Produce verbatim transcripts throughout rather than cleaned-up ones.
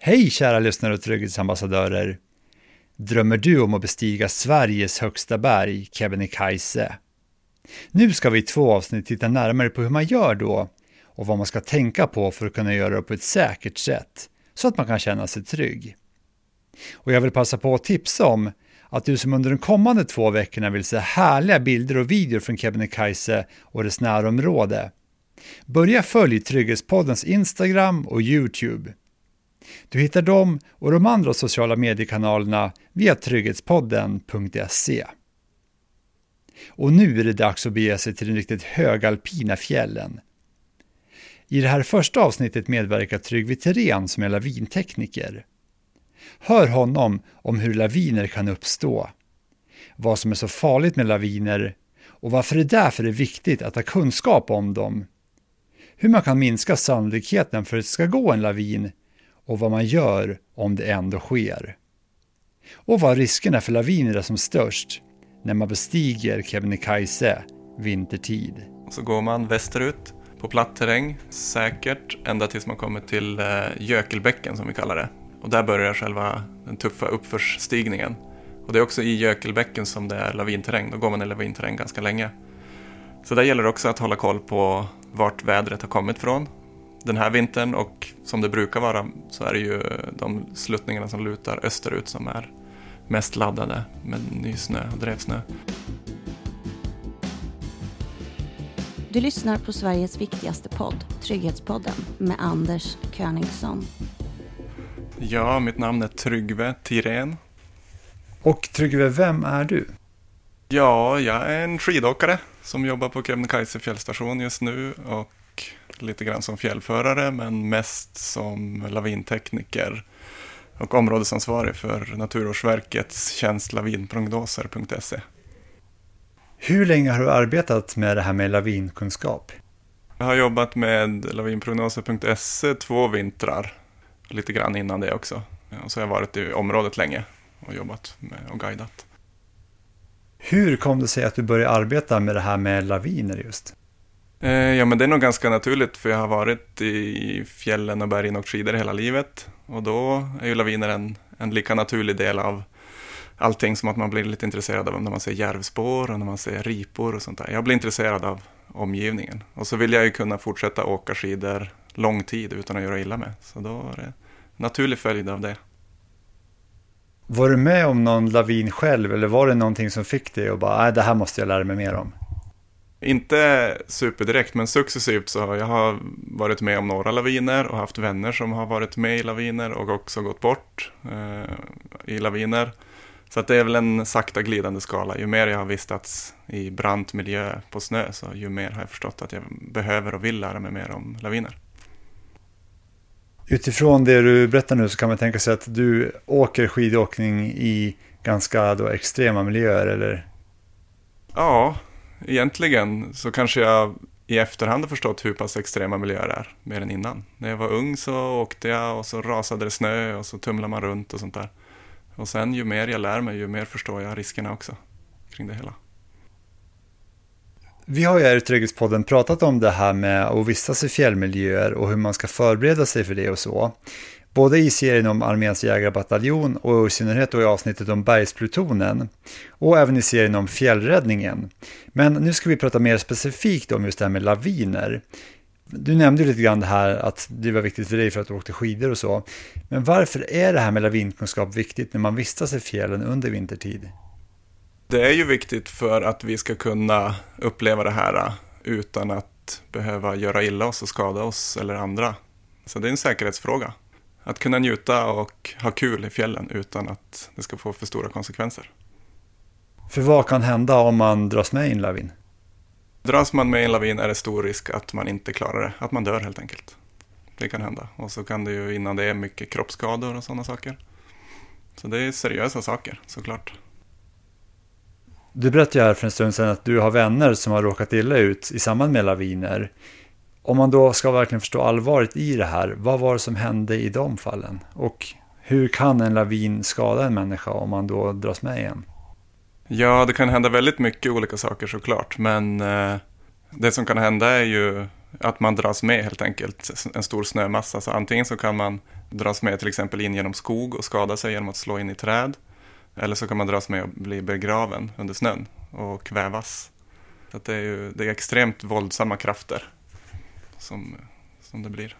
Hej kära lyssnare och trygghetsambassadörer. Drömmer du om att bestiga Sveriges högsta berg, Kebnekaise? Nu ska vi i två avsnitt titta närmare på hur man gör då och vad man ska tänka på för att kunna göra det på ett säkert sätt så att man kan känna sig trygg. Och jag vill passa på att tipsa om att du som under de kommande två veckorna vill se härliga bilder och videor från Kebnekaise och dess närområde. Börja följ Trygghetspoddens Instagram och YouTube. Du hittar dem och de andra sociala mediekanalerna via trygghetspodden punkt se. Och nu är det dags att bege sig till den riktigt högalpina fjällen. I det här första avsnittet medverkar Tryggve Thirén som är lavintekniker. Hör honom om hur laviner kan uppstå, vad som är så farligt med laviner och varför det därför är viktigt att ha kunskap om dem, hur man kan minska sannolikheten för att det ska gå en lavin och vad man gör om det ändå sker. Och vad riskerna för laviner är som störst när man bestiger Kebnekaise vintertid. Så går man västerut på platt terräng, säkert, ända tills man kommer till eh, Jökelbäcken som vi kallar det. Och där börjar själva den tuffa uppförsstigningen. Och det är också i Jökelbäcken som det är lavinterräng. Då går man i lavinterräng ganska länge. Så där gäller det också att hålla koll på vart vädret har kommit från. Den här vintern, och som det brukar vara, så är det ju de sluttningarna som lutar österut som är mest laddade med nysnö och drevsnö. Du lyssnar på Sveriges viktigaste podd, Trygghetspodden, med Anders Königsson. Ja, mitt namn är Tryggve Thirén. Och Tryggve, vem är du? Ja, jag är en skidåkare som jobbar på Kebnekaise fjällstation just nu och lite grann som fjällförare, men mest som lavintekniker och områdesansvarig för Naturvårdsverkets tjänst lavinprognoser punkt se. Hur länge har du arbetat med det här med lavinkunskap? Jag har jobbat med lavinprognoser punkt se två vintrar, lite grann innan det också. Och så har jag varit i området länge och jobbat med och guidat. Hur kom det sig att du började arbeta med det här med laviner just? Eh, ja, men det är nog ganska naturligt, för jag har varit i fjällen och bergen och skidor hela livet. Och då är ju laviner en, en lika naturlig del av allting som att man blir lite intresserad av när man ser järvspår och när man ser ripor och sånt där. Jag blir intresserad av omgivningen. Och så vill jag ju kunna fortsätta åka skidor lång tid utan att göra illa med. Så då är det en naturlig följd av det. Var du med om någon lavin själv, eller var det någonting som fick dig och bara, nej, det här måste jag lära mig mer om? Inte superdirekt, men successivt så har jag har varit med om några laviner och haft vänner som har varit med i laviner och också gått bort eh, i laviner. Så att det är väl en sakta glidande skala. Ju mer jag har vistats i brant miljö på snö, så ju mer har jag förstått att jag behöver och vill lära mig mer om laviner. Utifrån det du berättar nu så kan man tänka sig att du åker skidåkning i ganska då extrema miljöer, eller? Ja, egentligen så kanske jag i efterhand har förstått hur pass extrema miljöer är, mer än innan. När jag var ung så åkte jag och så rasade det snö och så tumlade man runt och sånt där. Och sen ju mer jag lär mig, ju mer förstår jag riskerna också kring det hela. Vi har ju här i Trygghetspodden pratat om det här med att vistas i fjällmiljöer och hur man ska förbereda sig för det och så. Både i serien om arméns jägarbataljon och i synnerhet då i avsnittet om bergsplutonen. Och även i serien om fjällräddningen. Men nu ska vi prata mer specifikt om just det här med laviner. Du nämnde ju lite grann det här att det var viktigt för dig för att du åkte skidor och så. Men varför är det här med lavinkunskap viktigt när man vistas i fjällen under vintertid? Det är ju viktigt för att vi ska kunna uppleva det här utan att behöva göra illa oss och skada oss eller andra. Så det är en säkerhetsfråga. Att kunna njuta och ha kul i fjällen utan att det ska få för stora konsekvenser. För vad kan hända om man dras med i en lavin? Dras man med i en lavin är det stor risk att man inte klarar det. Att man dör helt enkelt. Det kan hända. Och så kan det ju innan det är mycket kroppsskador och sådana saker. Så det är seriösa saker, såklart. Du berättade här för en stund sedan att du har vänner som har råkat illa ut i samband med laviner. Om man då ska verkligen förstå allvaret i det här, vad var det som hände i de fallen? Och hur kan en lavin skada en människa om man då dras med igen? Ja, det kan hända väldigt mycket olika saker såklart. Men eh, det som kan hända är ju att man dras med helt enkelt, en stor snömassa. Så antingen så kan man dras med till exempel in genom skog och skada sig genom att slå in i träd. Eller så kan man dras med och bli begraven under snön och kvävas. Så att det är ju det är extremt våldsamma krafter som, som det blir.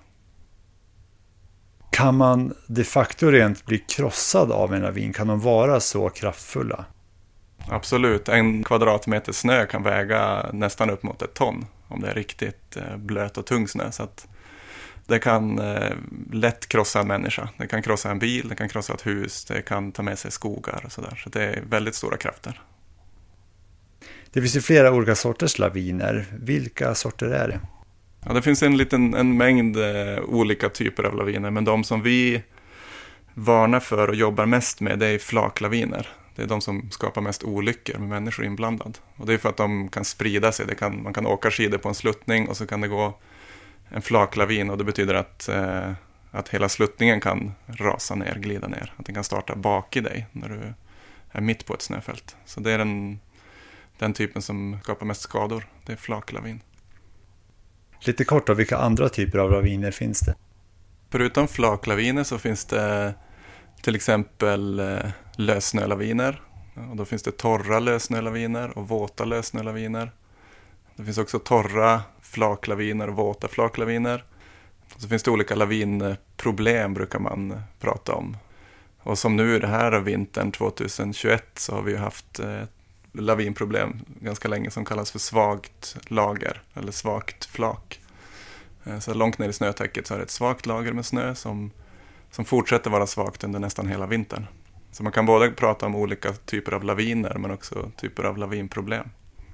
Kan man de facto rent bli krossad av en lavin? Kan de vara så kraftfulla? Absolut. En kvadratmeter snö kan väga nästan upp mot ett ton om det är riktigt blöt och tung snö. Så att det kan eh, lätt krossa en människa. Det kan krossa en bil, det kan krossa ett hus, det kan ta med sig skogar och sådär. Så det är väldigt stora krafter. Det finns ju flera olika sorters laviner. Vilka sorter är det? Ja, det finns en liten en mängd eh, olika typer av laviner, men de som vi varnar för och jobbar mest med, det är flaklaviner. Det är de som skapar mest olyckor med människor inblandad. Och det är för att de kan sprida sig. Det kan, man kan åka skidor på en sluttning och så kan det gå en flaklavin, och det betyder att, eh, att hela sluttningen kan rasa ner, glida ner. Att den kan starta bak i dig när du är mitt på ett snöfält. Så det är den, den typen som skapar mest skador. Det är flaklavin. Lite kort då, vilka andra typer av laviner finns det? Förutom flaklaviner så finns det till exempel eh, lössnölaviner. Och då finns det torra lössnölaviner och våta lössnölaviner. Det finns också torra flaklaviner och våta flaklaviner. Och så finns det olika lavinproblem brukar man prata om. Och som nu det här vintern tjugohundratjugoett så har vi ju haft eh, lavinproblem ganska länge som kallas för svagt lager eller svagt flak. Eh, så långt ner i snötäcket så är det ett svagt lager med snö som, som fortsätter vara svagt under nästan hela vintern. Så man kan både prata om olika typer av laviner men också typer av lavinproblem.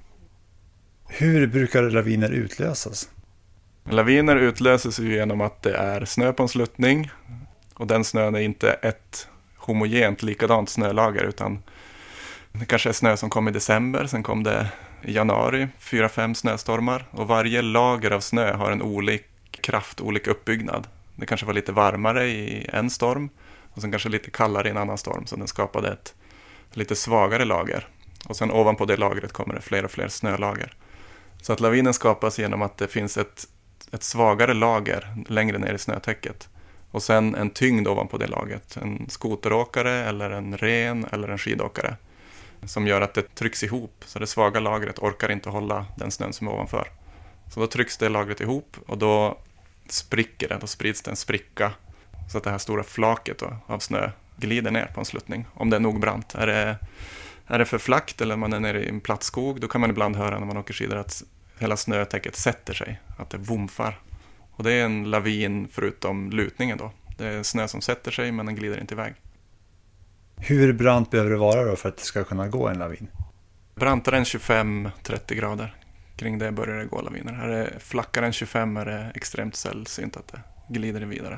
Hur brukar laviner utlösas? Laviner utlöses ju genom att det är snö på en sluttning. Och den snön är inte ett homogent likadant snölager, utan det kanske är snö som kom i december, sen kom det i januari, fyra, fem snöstormar. Och varje lager av snö har en olik kraft, olik uppbyggnad. Det kanske var lite varmare i en storm och sen kanske lite kallare i en annan storm, så den skapade ett lite svagare lager. Och sen ovanpå det lagret kommer det fler och fler snölager. Så att lavinen skapas genom att det finns ett, ett svagare lager längre ner i snötäcket. Och sen en tyngd ovanpå det lagret. En skoteråkare eller en ren eller en skidåkare. Som gör att det trycks ihop. Så det svaga lagret orkar inte hålla den snön som är ovanför. Så då trycks det lagret ihop och då spricker det. Då sprids det en spricka. Så att det här stora flaket då, av snö glider ner på en sluttning. Om det är nog brant. Är det, är det för flackt eller man är nere i en platt skog, då kan man ibland höra när man åker skidor att hela snötäcket sätter sig. Att det vomfar. Och det är en lavin förutom lutningen då. Det är snö som sätter sig men den glider inte iväg. Hur brant behöver det vara då för att det ska kunna gå en lavin? Brantare än tjugofem till trettio grader. Kring det börjar det gå laviner. Här är flackare än tjugofem är det extremt sällsynt att det glider vidare.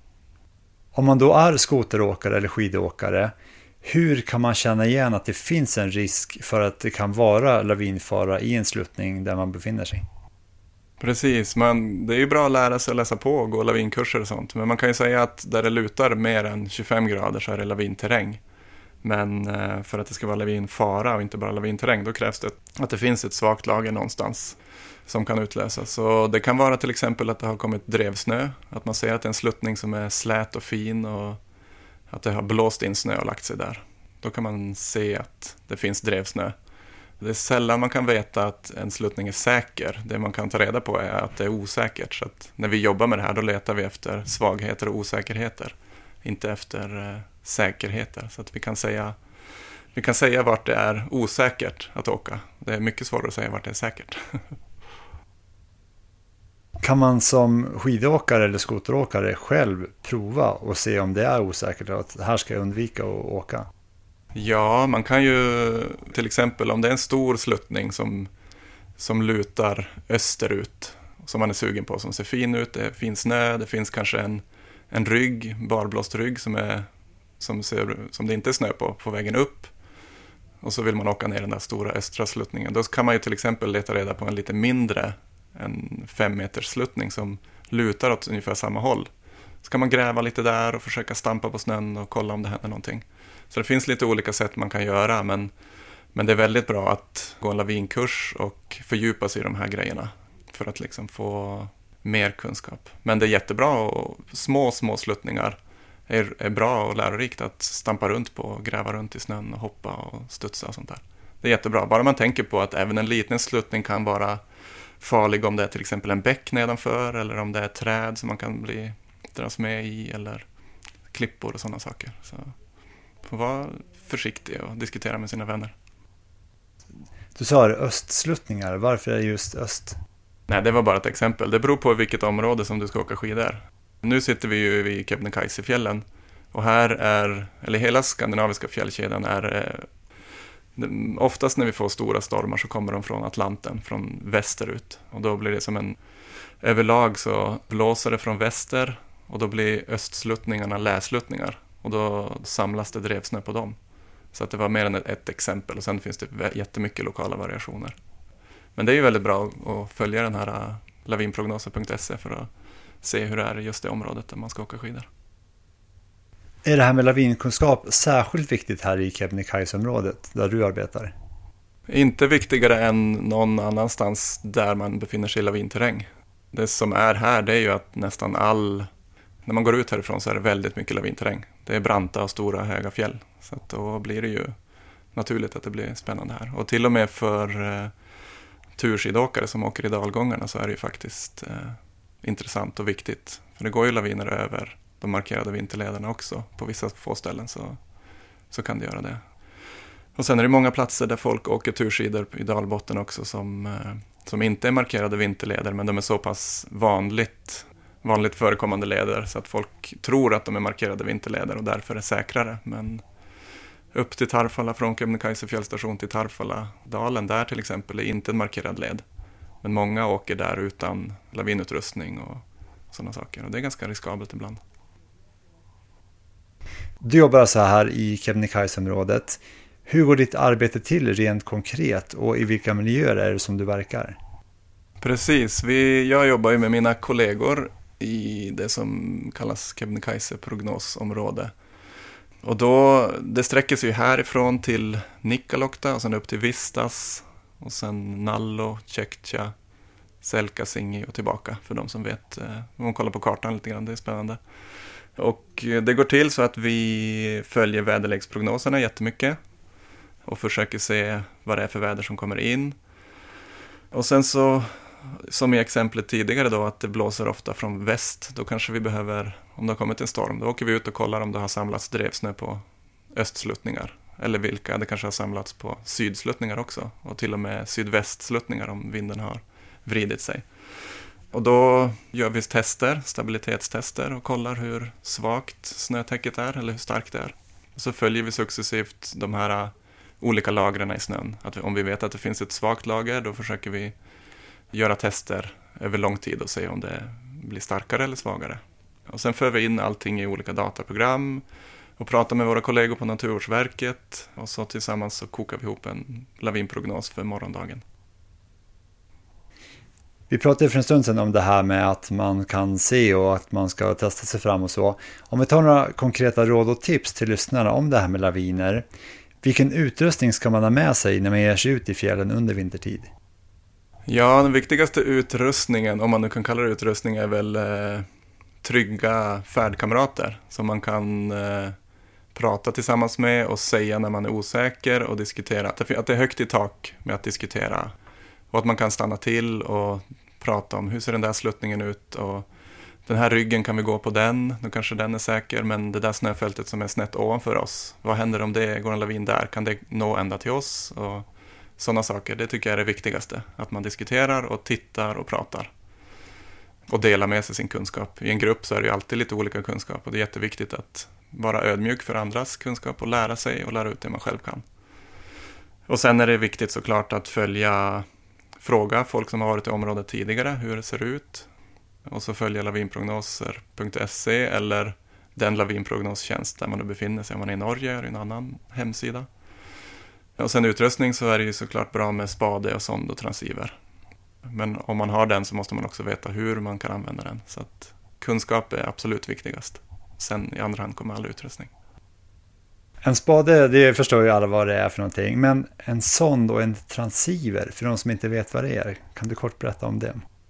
Om man då är skoteråkare eller skidåkare, hur kan man känna igen att det finns en risk för att det kan vara lavinfara i en sluttning där man befinner sig? Precis, men det är ju bra att lära sig att läsa på och gå lavinkurser och sånt. Men man kan ju säga att där det lutar mer än tjugofem grader så är det lavinterräng. Men för att det ska vara lavinfara och inte bara lavinterräng, då krävs det att det finns ett svagt lager någonstans som kan utlösas. Så det kan vara till exempel att det har kommit drevsnö. Att man ser att det är en sluttning som är slät och fin och att det har blåst in snö och lagt sig där. Då kan man se att det finns drevsnö. Det är sällan man kan veta att en sluttning är säker. Det man kan ta reda på är att det är osäkert. Så att när vi jobbar med det här då letar vi efter svagheter och osäkerheter. Inte efter eh, säkerheter. Så att vi kan säga vi kan säga vart det är osäkert att åka. Det är mycket svårare att säga vart det är säkert. Kan man som skidåkare eller skoteråkare själv prova och se om det är osäkert och att här ska jag undvika att åka? Ja, man kan ju till exempel om det är en stor sluttning som, som lutar österut som man är sugen på, som ser fin ut, det finns snö, det finns kanske en, en rygg, barblåst rygg som, är, som, ser, som det inte är snö på, på vägen upp och så vill man åka ner den där stora östra sluttningen. Då kan man ju till exempel leta reda på en lite mindre, en fem meters sluttning som lutar åt ungefär samma håll. Så kan man gräva lite där och försöka stampa på snön och kolla om det händer någonting. Så det finns lite olika sätt man kan göra, men, men det är väldigt bra att gå en lavinkurs och fördjupa sig i de här grejerna. för att liksom få mer kunskap. Men det är jättebra och små, små sluttningar är, är bra och lärorikt att stampa runt på, gräva runt i snön och hoppa och studsa och sånt där. Det är jättebra, bara man tänker på att även en liten sluttning kan vara farlig om det är till exempel en bäck nedanför eller om det är träd som man kan bli dras med i eller klippor och sådana saker. Så får vara försiktig och diskutera med sina vänner. Du sa det, östsluttningar. Varför är det just öst? Nej, det var bara ett exempel. Det beror på vilket område som du ska åka skidor. Nu sitter vi ju vid Kebnekaise-fjällen och här är, eller hela skandinaviska fjällkedjan är oftast när vi får stora stormar så kommer de från Atlanten, från västerut. Och då blir det som en, överlag så blåser det från väster och då blir östsluttningarna läsluttningar. Och då samlas det drevsnö på dem. Så att det var mer än ett, ett exempel och sen finns det jättemycket lokala variationer. Men det är ju väldigt bra att följa den här lavinprognoser punkt se för att se hur det är just det området där man ska åka skidor. Är det här med lavinkunskap särskilt viktigt här i Kebnekaise-området där du arbetar? Inte viktigare än någon annanstans där man befinner sig i lavinterräng. Det som är här det är ju att nästan all, när man går ut härifrån så är det väldigt mycket lavinterräng. Det är branta och stora höga fjäll. Så att då blir det ju naturligt att det blir spännande här. Och till och med för eh, turskidåkare som åker i dalgångarna så är det ju faktiskt eh, intressant och viktigt. För det går ju laviner över de markerade vinterlederna också. På vissa få ställen så, så kan det göra det. Och sen är det många platser där folk åker turskidor i dalbotten också som, eh, som inte är markerade vinterleder men de är så pass vanligt, vanligt förekommande leder så att folk tror att de är markerade vinterleder och därför är säkrare. Men upp till Tarfala, från Kebnekaise fjällstation till Tarfala-dalen, där till exempel är inte en markerad led. Men många åker där utan lavinutrustning och sådana saker. Och det är ganska riskabelt ibland. Du jobbar så här i Kebnekaise-området. Hur går ditt arbete till rent konkret och i vilka miljöer är det som du verkar? Precis, vi, jag jobbar ju med mina kollegor i det som kallas Kebnekaise prognosområde. Och då, det sträcker sig ju härifrån till Nikkaluokta och sen upp till Vistas och sen Nallo, Tjektja, Selkasingi och tillbaka för de som vet, om man kollar på kartan lite grann, det är spännande. Och det går till så att vi följer väderleksprognoserna jättemycket och försöker se vad det är för väder som kommer in. Och sen så, som i exemplet tidigare då, att det blåser ofta från väst, då kanske vi behöver, om det har kommit en storm, då åker vi ut och kollar om det har samlats drevsnö på östsluttningar. Eller vilka, det kanske har samlats på sydsluttningar också. Och till och med sydvästsluttningar om vinden har vridit sig. Och då gör vi tester, stabilitetstester och kollar hur svagt snötäcket är eller hur starkt det är. Och så följer vi successivt de här olika lagren i snön. Att om vi vet att det finns ett svagt lager, då försöker vi göra tester över lång tid och se om det blir starkare eller svagare. Och sen för vi in allting i olika dataprogram och pratar med våra kollegor på Naturvårdsverket och så tillsammans så kokar vi ihop en lavinprognos för morgondagen. Vi pratade för en stund sedan om det här med att man kan se och att man ska testa sig fram och så. Om vi tar några konkreta råd och tips till lyssnarna om det här med laviner. Vilken utrustning ska man ha med sig när man ger sig ut i fjällen under vintertid? Ja, den viktigaste utrustningen, om man nu kan kalla det utrustning, är väl eh, trygga färdkamrater som man kan eh, prata tillsammans med och säga när man är osäker och diskutera. Att det, att det är högt i tak med att diskutera och att man kan stanna till och prata om hur ser den där sluttningen ut och den här ryggen, kan vi gå på den? Nu kanske den är säker, men det där snöfältet som är snett ovanför oss, vad händer om det går en lavin där? Kan det nå ända till oss? Och sådana saker, det tycker jag är det viktigaste. Att man diskuterar och tittar och pratar. Och delar med sig sin kunskap. I en grupp så är det ju alltid lite olika kunskap och det är jätteviktigt att vara ödmjuk för andras kunskap och lära sig och lära ut det man själv kan. Och sen är det viktigt såklart att följa, fråga folk som har varit i området tidigare hur det ser ut. Och så följa lavinprognoser punkt se eller den lavinprognostjänst där man nu befinner sig. Om man är i Norge eller en annan hemsida. Och sen utrustning så är det ju såklart bra med spade och sond och transceiver. Men om man har den så måste man också veta hur man kan använda den. Så att kunskap är absolut viktigast. Sen i andra hand kommer all utrustning. En spade, det förstår ju alla vad det är för någonting. Men en sond och en transceiver, för de som inte vet vad det är, kan du kort berätta om det?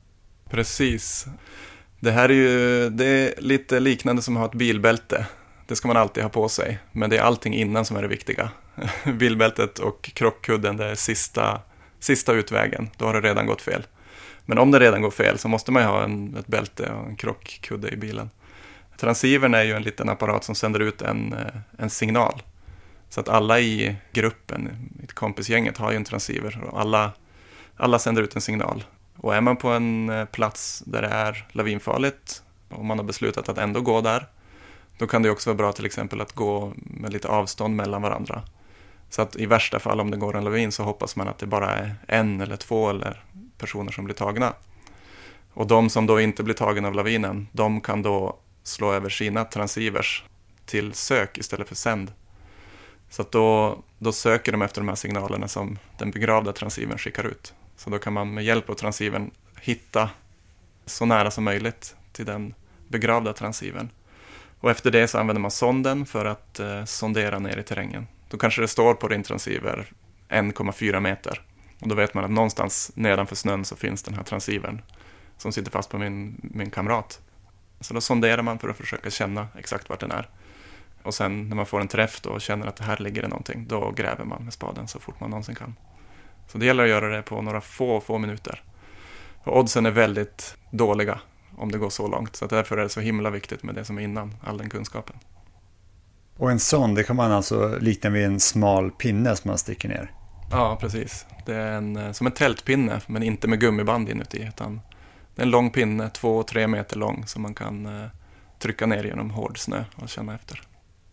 Precis. Det här är ju det är lite liknande som att ha ett bilbälte. Det ska man alltid ha på sig, men det är allting innan som är det viktiga. Bilbältet och krockkudden, det är sista, sista utvägen. Då har det redan gått fel. Men om det redan går fel så måste man ju ha en, ett bälte och en krockkudde i bilen. Transceivern är ju en liten apparat som sänder ut en, en signal. Så att alla i gruppen, i kompisgänget, har ju en transceiver. Och alla, alla sänder ut en signal. Och är man på en plats där det är lavinfarligt och man har beslutat att ändå gå där, då kan det också vara bra till exempel att gå med lite avstånd mellan varandra. Så att i värsta fall om det går en lavin så hoppas man att det bara är en eller två eller personer som blir tagna. Och de som då inte blir tagna av lavinen, de kan då slå över sina transceivers till sök istället för sänd. Så att då, då söker de efter de här signalerna som den begravda transceivern skickar ut. Så då kan man med hjälp av transceivern hitta så nära som möjligt till den begravda transceivern. Och efter det så använder man sonden för att eh, sondera ner i terrängen. Då kanske det står på din transceiver en komma fyra meter. Och då vet man att någonstans nedanför snön så finns den här transceivern som sitter fast på min, min kamrat. Så då sonderar man för att försöka känna exakt vart den är. Och sen när man får en träff då och känner att det här ligger det någonting, då gräver man med spaden så fort man någonsin kan. Så det gäller att göra det på några få, få minuter. Och oddsen är väldigt dåliga om det går så långt. Så därför är det så himla viktigt med det som är innan, all den kunskapen. Och en sån, det kan man alltså likna vid en smal pinne som man sticker ner? Ja, precis. Det är en, som en tältpinne, men inte med gummiband inuti. Utan det är en lång pinne, två, tre meter lång, som man kan eh, trycka ner genom hård snö och känna efter.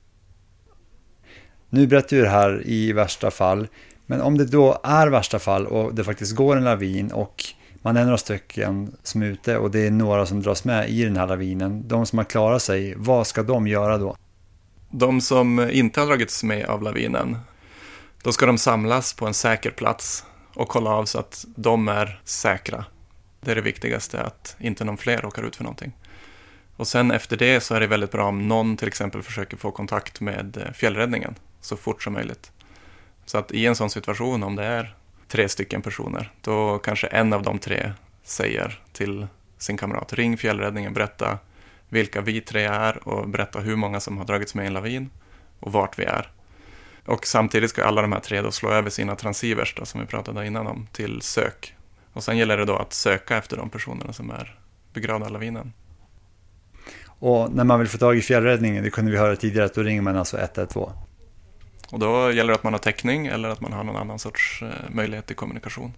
Nu berättar du det här i värsta fall. Men om det då är värsta fall och det faktiskt går en lavin och man är några stycken som är ute och det är några som dras med i den här lavinen. De som har klarat sig, vad ska de göra då? De som inte har dragits med av lavinen, då ska de samlas på en säker plats och kolla av så att de är säkra. Det är det viktigaste, att inte någon fler råkar ut för någonting. Och sen efter det så är det väldigt bra om någon till exempel försöker få kontakt med fjällräddningen så fort som möjligt. Så att i en sån situation, om det är tre stycken personer, då kanske en av de tre säger till sin kamrat: ring fjällräddningen, berätta vilka vi tre är och berätta hur många som har dragits med i en lavin och vart vi är. Och samtidigt ska alla de här tre då slå över sina transceivers då, som vi pratade innan om, till sök. Och sen gäller det då att söka efter de personerna som är begravda i lavinen. Och när man vill få tag i fjällräddningen, det kunde vi höra tidigare, att då ringer man alltså ett ett två. Och då gäller det att man har täckning eller att man har någon annan sorts eh, möjlighet till kommunikation.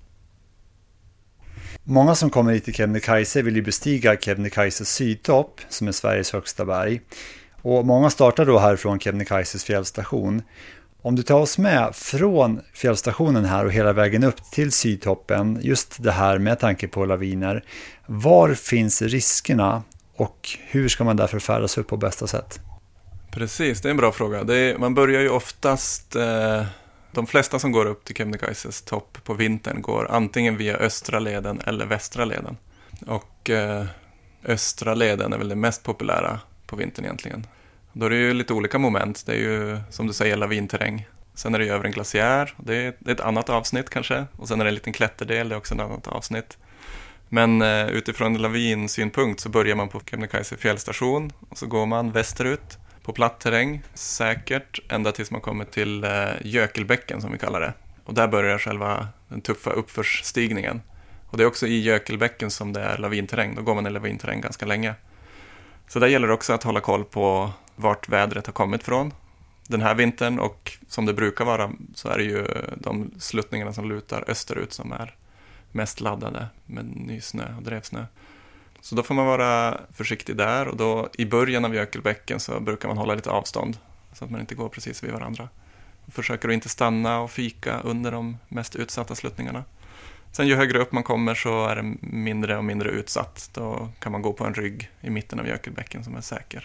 Många som kommer hit till Kebnekaise vill ju bestiga Kebnekaises sydtopp, som är Sveriges högsta berg. Och många startar då här från Kebnekaises fjällstation. Om du tar oss med från fjällstationen här och hela vägen upp till sydtoppen, just det här med tanke på laviner, var finns riskerna och hur ska man därför färdas upp på bästa sätt? Precis, det är en bra fråga. Det är, man börjar ju oftast, eh, de flesta som går upp till Kebnekaises topp på vintern går antingen via östra leden eller västra leden. Och eh, östra leden är väl det mest populära på vintern egentligen. Då är det ju lite olika moment. Det är ju, som du säger, lavinterräng. Sen är det ju över en glaciär. Det är, det är ett annat avsnitt kanske. Och sen är det en liten klätterdel. Det är också ett annat avsnitt. Men eh, utifrån en lavinsynpunkt så börjar man på Kebnekaise fjällstation. Och så går man västerut på platt terräng. Säkert ända tills man kommer till eh, Jökelbäcken som vi kallar det. Och där börjar själva den tuffa uppförsstigningen. Och det är också i Jökelbäcken som det är lavinterräng. Då går man i lavinterräng ganska länge. Så där gäller det också att hålla koll på vart vädret har kommit från den här vintern, och som det brukar vara så är det ju de sluttningarna som lutar österut som är mest laddade med nysnö och drevsnö. Så då får man vara försiktig där, och då i början av Jökelbäcken så brukar man hålla lite avstånd så att man inte går precis vid varandra. Och försöker att inte stanna och fika under de mest utsatta sluttningarna. Sen ju högre upp man kommer så är det mindre och mindre utsatt. Då kan man gå på en rygg i mitten av Jökelbäcken som är säker.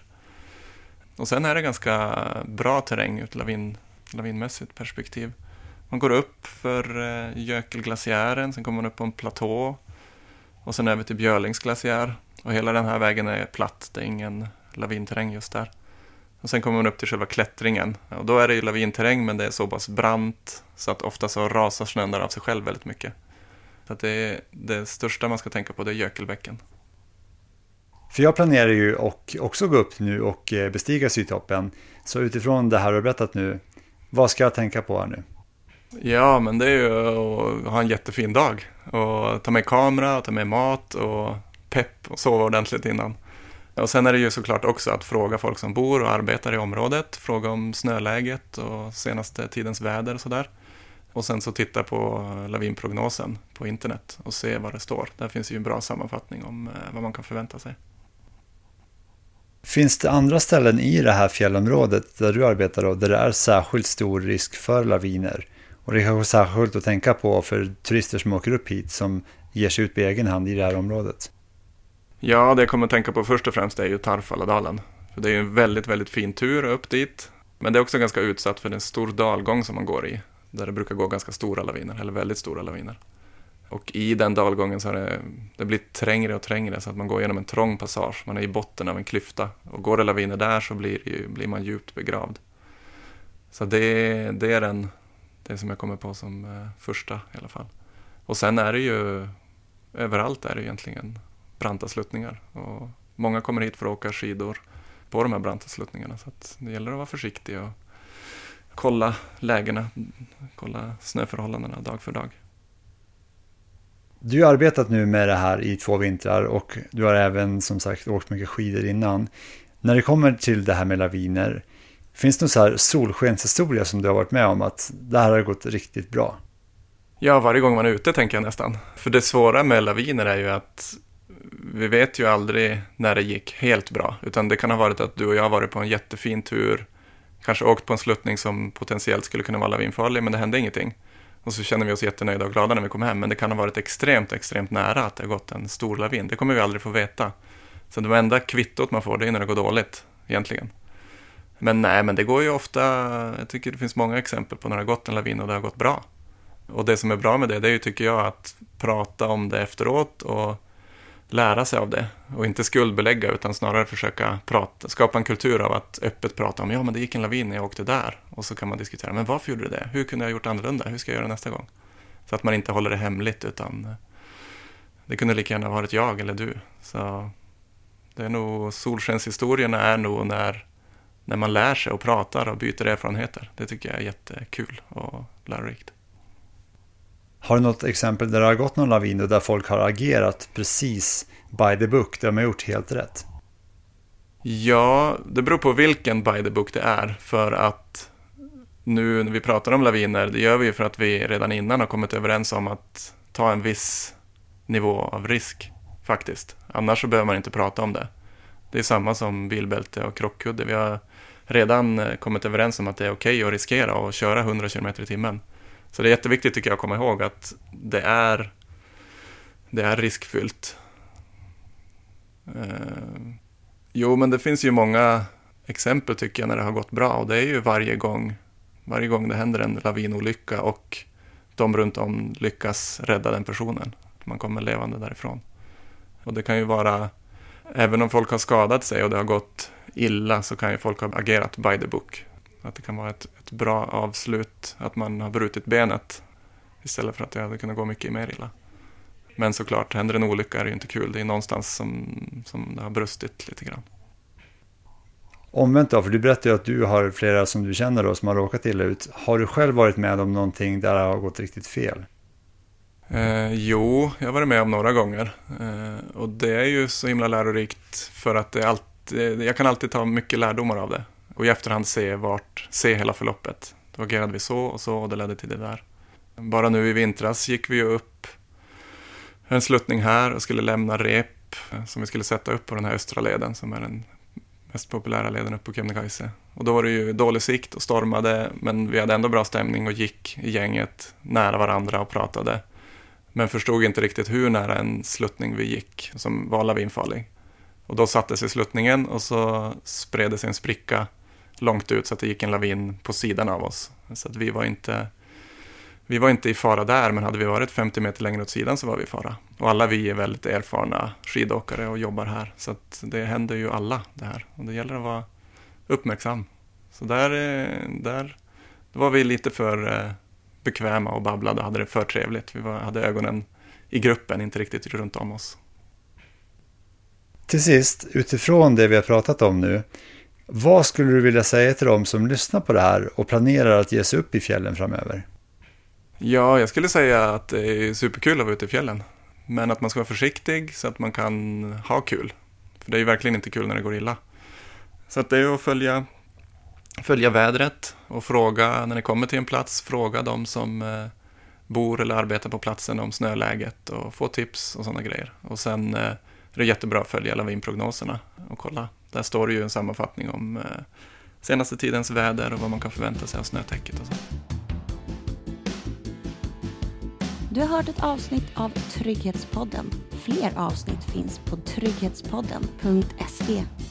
Och sen är det ganska bra terräng ur ett lavin, lavinmässigt perspektiv. Man går upp för eh, Jökelglaciären, sen kommer man upp på en platå. Och sen över till Björlingsglaciär. Och hela den här vägen är platt, det är ingen lavinterräng just där. Och sen kommer man upp till själva klättringen. Och då är det ju lavinterräng, men det är så pass brant så att ofta så rasar snön där av sig själv väldigt mycket. Så att det, är, det största man ska tänka på det är Jökelbäcken. För jag planerar ju och också gå upp nu och bestiga Sydtoppen. Så utifrån det här du har berättat nu, vad ska jag tänka på här nu? Ja, men det är ju att ha en jättefin dag. Och ta med kamera, och ta med mat och pepp och sova ordentligt innan. Och sen är det ju såklart också att fråga folk som bor och arbetar i området. Fråga om snöläget och senaste tidens väder och sådär. Och sen så titta på lavinprognosen på internet och se vad det står. Där finns ju en bra sammanfattning om vad man kan förvänta sig. Finns det andra ställen i det här fjällområdet där du arbetar då, där det är särskilt stor risk för laviner? Och det är kanske särskilt att tänka på för turister som åker upp hit som ger sig ut på egen hand i det här området. Ja, det jag kommer att tänka på först och främst är ju Tarfaladalen. För det är ju en väldigt, väldigt fin tur upp dit. Men det är också ganska utsatt för en stor dalgång som man går i. Där det brukar gå ganska stora laviner, eller väldigt stora laviner. Och i den dalgången så har det, det blivit trängre och trängre så att man går genom en trång passage. Man är i botten av en klyfta. Och går det laviner där så blir, ju, blir man djupt begravd. Så det, det är den, det som jag kommer på som eh, första i alla fall. Och sen är det ju, överallt är det egentligen branta sluttningar. Och många kommer hit för att åka skidor på de här branta sluttningarna. Så att det gäller att vara försiktig och kolla lägena, kolla snöförhållandena dag för dag. Du har arbetat nu med det här i två vintrar och du har även som sagt åkt mycket skidor innan. När det kommer till det här med laviner, finns det någon så här solskenshistoria som du har varit med om att det här har gått riktigt bra? Ja, varje gång man är ute tänker jag nästan. För det svåra med laviner är ju att vi vet ju aldrig när det gick helt bra. Utan det kan ha varit att du och jag har varit på en jättefin tur, kanske åkt på en sluttning som potentiellt skulle kunna vara lavinfarlig, men det hände ingenting. Och så känner vi oss jättenöjda och glada när vi kommer hem. Men det kan ha varit extremt, extremt nära att det har gått en stor lavin. Det kommer vi aldrig få veta. Så det enda kvittot man får det är när det går dåligt, egentligen. Men nej, men det går ju ofta... Jag tycker det finns många exempel på när det har gått en lavin och det har gått bra. Och det som är bra med det, det är ju, tycker jag, att prata om det efteråt och lära sig av det. Och inte skuldbelägga, utan snarare försöka prata, skapa en kultur av att öppet prata om, ja men det gick en lavin när jag åkte där. Och så kan man diskutera, men varför gjorde du det? Hur kunde jag ha gjort annorlunda? Hur ska jag göra nästa gång? Så att man inte håller det hemligt, utan det kunde lika gärna ha varit jag eller du. Så det är nog, solskenshistorierna är nog när, när man lär sig och pratar och byter erfarenheter. Det tycker jag är jättekul och lärorikt. Har du något exempel där det har gått någon lavin och där folk har agerat precis by the book, där de har gjort helt rätt? Ja, det beror på vilken by the book det är. För att nu när vi pratar om laviner, det gör vi ju för att vi redan innan har kommit överens om att ta en viss nivå av risk, faktiskt. Annars så behöver man inte prata om det. Det är samma som bilbälte och krockkudde. Vi har redan kommit överens om att det är okej att riskera och köra hundra kilometer i timmen. Så det är jätteviktigt tycker jag att komma ihåg att det är, det är riskfyllt. Eh, jo, men det finns ju många exempel tycker jag när det har gått bra. Och det är ju varje gång, varje gång det händer en lavinolycka och de runt om lyckas rädda den personen. Man kommer levande därifrån. Och det kan ju vara, även om folk har skadat sig och det har gått illa, så kan ju folk ha agerat by the book. Att det kan vara ett, ett bra avslut, att man har brutit benet istället för att det hade kunnat gå mycket mer illa. Men såklart, händer en olycka är det ju inte kul. Det är någonstans som, som det har brustit lite grann. Omvänt då, för du berättade ju att du har flera som du känner då som har råkat illa ut. Har du själv varit med om någonting där det har gått riktigt fel? Eh, jo, jag har varit med om några gånger. Eh, och det är ju så himla lärorikt för att det alltid, jag kan alltid ta mycket lärdomar av det. Och i efterhand se, vart, se hela förloppet. Då agerade vi så och så och det ledde till det där. Bara nu i vintras gick vi upp en sluttning här och skulle lämna rep som vi skulle sätta upp på den här östra leden som är den mest populära leden upp på Kebnekaise. Och då var det ju dålig sikt och stormade, men vi hade ändå bra stämning och gick i gänget nära varandra och pratade. Men förstod inte riktigt hur nära en sluttning vi gick som var lavinfarlig. Och då satte sig sluttningen och så spred det sig en spricka långt ut så att det gick en lavin på sidan av oss. Så att vi var inte, vi var inte i fara där, men hade vi varit femtio meter längre åt sidan så var vi i fara. Och alla vi är väldigt erfarna skidåkare och jobbar här. Så att det händer ju alla det här. Och det gäller att vara uppmärksam. Så där, där då var vi lite för bekväma och babblade och hade det för trevligt. Vi var, hade ögonen i gruppen, inte riktigt runt om oss. Till sist, utifrån det vi har pratat om nu, vad skulle du vilja säga till dem som lyssnar på det här och planerar att ge sig upp i fjällen framöver? Ja, jag skulle säga att det är superkul att vara ute i fjällen. Men att man ska vara försiktig så att man kan ha kul. För det är ju verkligen inte kul när det går illa. Så att det är att följa, följa vädret och fråga, när ni kommer till en plats, fråga de som eh, bor eller arbetar på platsen om snöläget och få tips och sådana grejer. Och sen eh, är det jättebra att följa lavinprognoserna och kolla. Där står det ju en sammanfattning om eh, senaste tidens väder och vad man kan förvänta sig av snötäcket och så. Du har hört ett avsnitt av Trygghetspodden. Fler avsnitt finns på trygghetspodden punkt se.